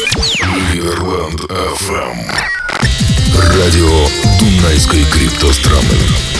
Либерленд FM. Радио Дунайской криптостраны.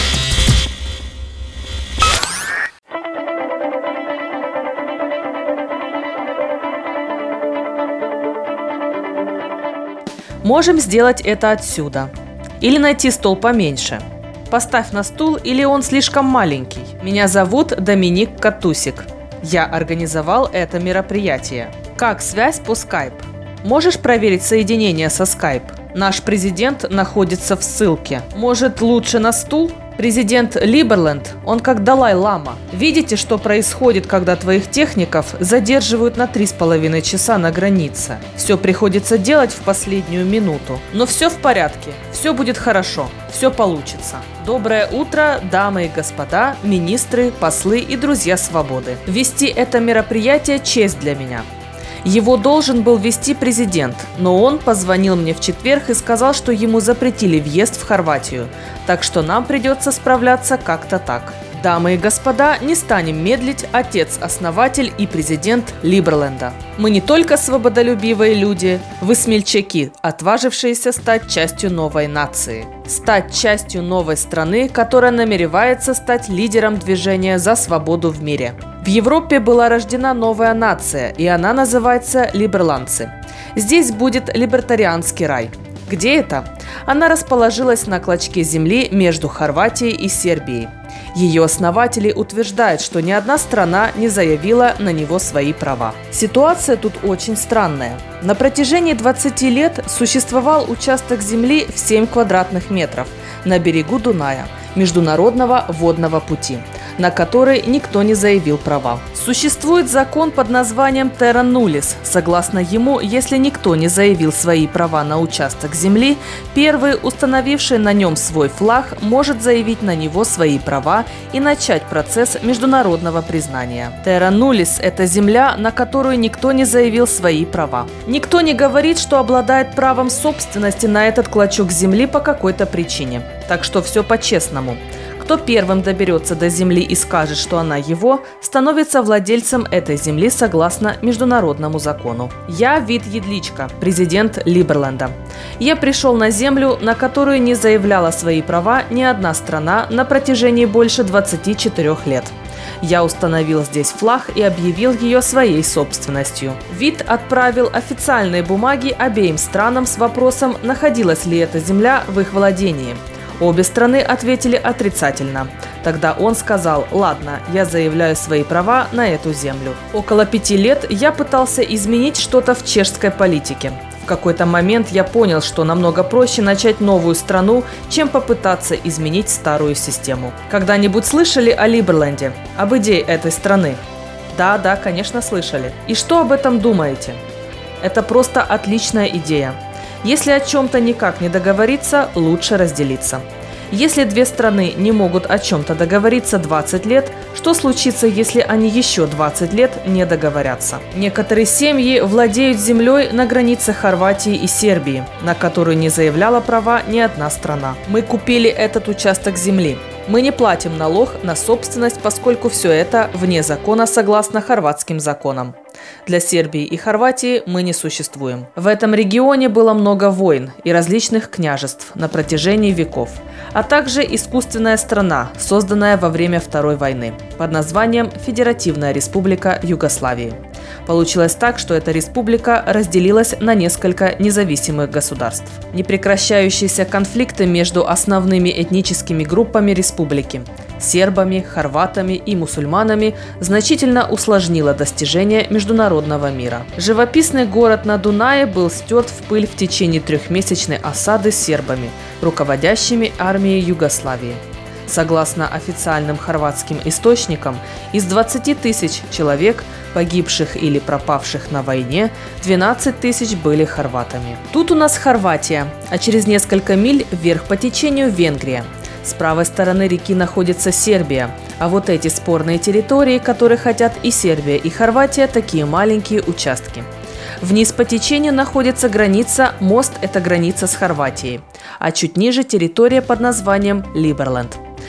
Можем сделать это отсюда. Или найти стол поменьше. Поставь на стул, или он слишком маленький. Меня зовут Доминик Катусик. Я организовал это мероприятие. Как связь по Skype? Можешь проверить соединение со Skype? Наш президент находится в ссылке. Может, лучше на стул? Президент Либерленд, он как Далай-лама. Видите, что происходит, когда твоих техников задерживают на 3,5 часа на границе? Все приходится делать в последнюю минуту. Но все в порядке, все будет хорошо, все получится. Доброе утро, дамы и господа, министры, послы и друзья свободы. Вести это мероприятие – честь для меня. Его должен был вести президент, но он позвонил мне в четверг и сказал, что ему запретили въезд в Хорватию, так что нам придется справляться как-то так. Дамы и господа, не станем медлить, отец-основатель и президент Либерленда. Мы не только свободолюбивые люди, вы смельчаки, отважившиеся стать частью новой нации. Стать частью новой страны, которая намеревается стать лидером движения за свободу в мире. В Европе была рождена новая нация, и она называется либерландцы. Здесь будет либертарианский рай. Где это? Она расположилась на клочке земли между Хорватией и Сербией. Ее основатели утверждают, что ни одна страна не заявила на него свои права. Ситуация тут очень странная. На протяжении 20 лет существовал участок земли в 7 квадратных метров на берегу Дуная, международного водного пути, на который никто не заявил права. Существует закон под названием Terra Nullius. Согласно ему, если никто не заявил свои права на участок земли, первый, установивший на нем свой флаг, может заявить на него свои права и начать процесс международного признания. Terra Nullius – это земля, на которую никто не заявил свои права. Никто не говорит, что обладает правом собственности на этот клочок земли по какой-то причине. Так что все по-честному. Кто первым доберется до земли и скажет, что она его, становится владельцем этой земли согласно международному закону. Я Вит Едличка, президент Либерленда. Я пришел на землю, на которую не заявляла свои права ни одна страна на протяжении больше 24 лет. Я установил здесь флаг и объявил ее своей собственностью. Вит отправил официальные бумаги обеим странам с вопросом, находилась ли эта земля в их владении. Обе страны ответили отрицательно. Тогда он сказал: «Ладно, я заявляю свои права на эту землю». Около 5 лет я пытался изменить что-то в чешской политике. В какой-то момент я понял, что намного проще начать новую страну, чем попытаться изменить старую систему. Когда-нибудь слышали о Либерленде, об идее этой страны? Да, конечно, слышали. И что об этом думаете? Это просто отличная идея. Если о чем-то никак не договориться, лучше разделиться. Если две страны не могут о чем-то договориться 20 лет, что случится, если они еще 20 лет не договорятся? Некоторые семьи владеют землей на границе Хорватии и Сербии, на которую не заявляла права ни одна страна. Мы купили этот участок земли. Мы не платим налог на собственность, поскольку все это вне закона согласно хорватским законам. Для Сербии и Хорватии мы не существуем. В этом регионе было много войн и различных княжеств на протяжении веков, а также искусственная страна, созданная во время Второй войны, под названием Федеративная Республика Югославии. Получилось так, что эта республика разделилась на несколько независимых государств. Непрекращающиеся конфликты между основными этническими группами республики – сербами, хорватами и мусульманами – значительно усложнило достижение международного мира. Живописный город на Дунае был стерт в пыль в течение 3-месячной осады сербами, руководящими армией Югославии. Согласно официальным хорватским источникам, из 20 тысяч человек, погибших или пропавших на войне, 12 тысяч были хорватами. Тут у нас Хорватия, а через несколько миль вверх по течению Венгрия. С правой стороны реки находится Сербия, а вот эти спорные территории, которые хотят и Сербия, и Хорватия, такие маленькие участки. Вниз по течению находится граница, мост – это граница с Хорватией, а чуть ниже территория под названием Либерленд.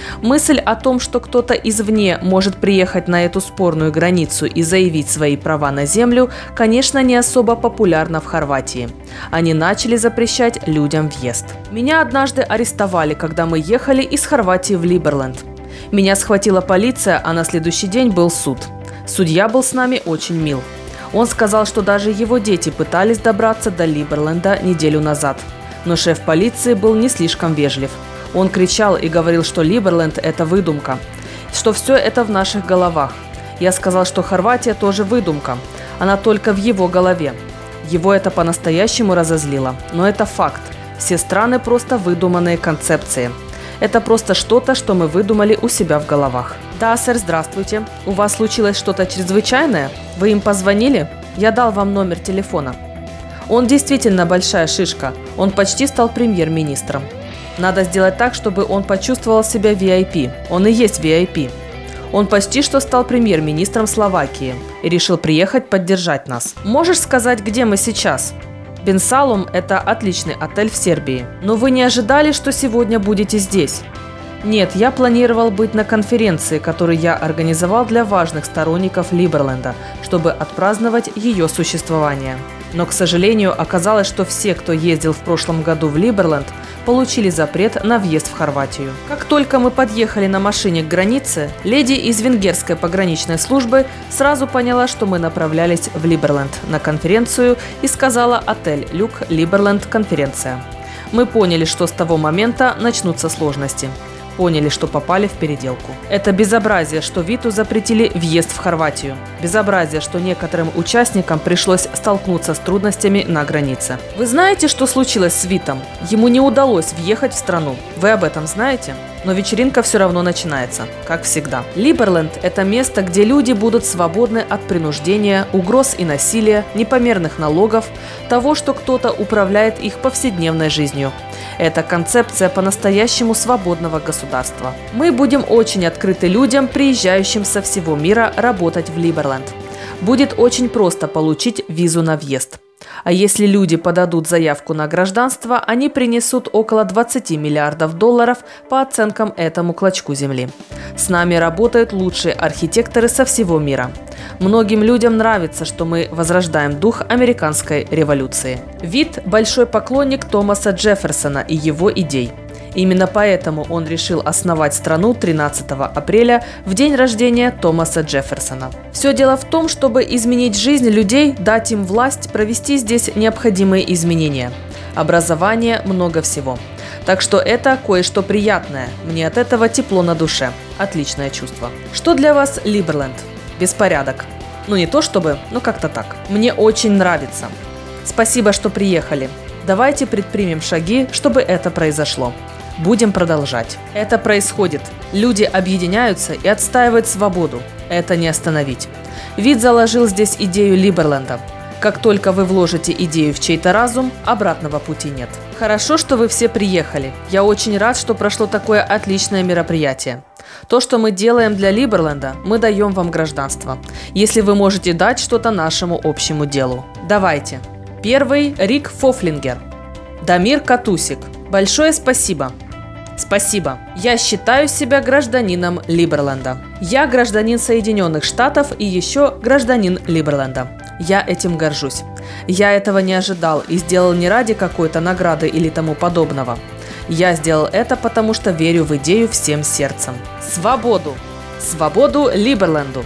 Мысль о том, что кто-то извне может приехать на эту спорную границу и заявить свои права на землю, конечно, не особо популярна в Хорватии. Они начали запрещать людям въезд. Меня однажды арестовали, когда мы ехали из Хорватии в Либерленд. Меня схватила полиция, а на следующий день был суд. Судья был с нами очень мил. Он сказал, что даже его дети пытались добраться до Либерленда неделю назад. Но шеф полиции был не слишком вежлив. Он кричал и говорил, что Либерленд – это выдумка, что все это в наших головах. Я сказал, что Хорватия тоже выдумка, она только в его голове. Его это по-настоящему разозлило, но это факт. Все страны просто выдуманные концепции. Это просто что-то, что мы выдумали у себя в головах. Да, сэр, здравствуйте. У вас случилось что-то чрезвычайное? Вы им позвонили? Я дал вам номер телефона. Он действительно большая шишка. Он почти стал премьер-министром. Надо сделать так, чтобы он почувствовал себя VIP. Он и есть VIP. Он почти что стал премьер-министром Словакии и решил приехать поддержать нас. Можешь сказать, где мы сейчас? Бенсалом – это отличный отель в Сербии. Но вы не ожидали, что сегодня будете здесь? Нет, я планировал быть на конференции, которую я организовал для важных сторонников Либерленда, чтобы отпраздновать ее существование. Но, к сожалению, оказалось, что все, кто ездил в прошлом году в Либерленд, получили запрет на въезд в Хорватию. Как только мы подъехали на машине к границе, леди из венгерской пограничной службы сразу поняла, что мы направлялись в Либерленд на конференцию и сказала «Отель Люк, Либерленд, конференция». Мы поняли, что с того момента начнутся сложности. Поняли, что попали в переделку. Это безобразие, что Виту запретили въезд в Хорватию. Безобразие, что некоторым участникам пришлось столкнуться с трудностями на границе. Вы знаете, что случилось с Витом? Ему не удалось въехать в страну. Вы об этом знаете? Но вечеринка все равно начинается, как всегда. Либерленд – это место, где люди будут свободны от принуждения, угроз и насилия, непомерных налогов, того, что кто-то управляет их повседневной жизнью. Это концепция по-настоящему свободного государства. Мы будем очень открыты людям, приезжающим со всего мира работать в Либерленд. Будет очень просто получить визу на въезд. А если люди подадут заявку на гражданство, они принесут около 20 миллиардов долларов по оценкам этому клочку земли. С нами работают лучшие архитекторы со всего мира. Многим людям нравится, что мы возрождаем дух американской революции. Вит – большой поклонник Томаса Джефферсона и его идей. Именно поэтому он решил основать страну 13 апреля, в день рождения Томаса Джефферсона. Все дело в том, чтобы изменить жизнь людей, дать им власть, провести здесь необходимые изменения. Образование, много всего. Так что это кое-что приятное. Мне от этого тепло на душе. Отличное чувство. Что для вас Либерленд? Беспорядок. Ну не то чтобы, но как-то так. Мне очень нравится. Спасибо, что приехали. Давайте предпримем шаги, чтобы это произошло. Будем продолжать. Это происходит. Люди объединяются и отстаивают свободу. Это не остановить. Вит заложил здесь идею Либерленда. Как только вы вложите идею в чей-то разум, обратного пути нет. Хорошо, что вы все приехали. Я очень рад, что прошло такое отличное мероприятие. То, что мы делаем для Либерленда, мы даем вам гражданство. Если вы можете дать что-то нашему общему делу. Давайте. Первый – Рик Фофлингер. Дамир Катусик. Большое спасибо. Спасибо. Я считаю себя гражданином Либерленда. Я гражданин Соединенных Штатов и еще гражданин Либерленда. Я этим горжусь. Я этого не ожидал и сделал не ради какой-то награды или тому подобного. Я сделал это, потому что верю в идею всем сердцем. Свободу! Свободу Либерленду!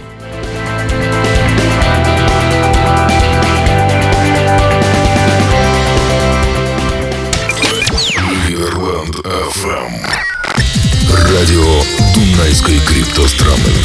Либерленд FM. Радио Дунайской криптостраны.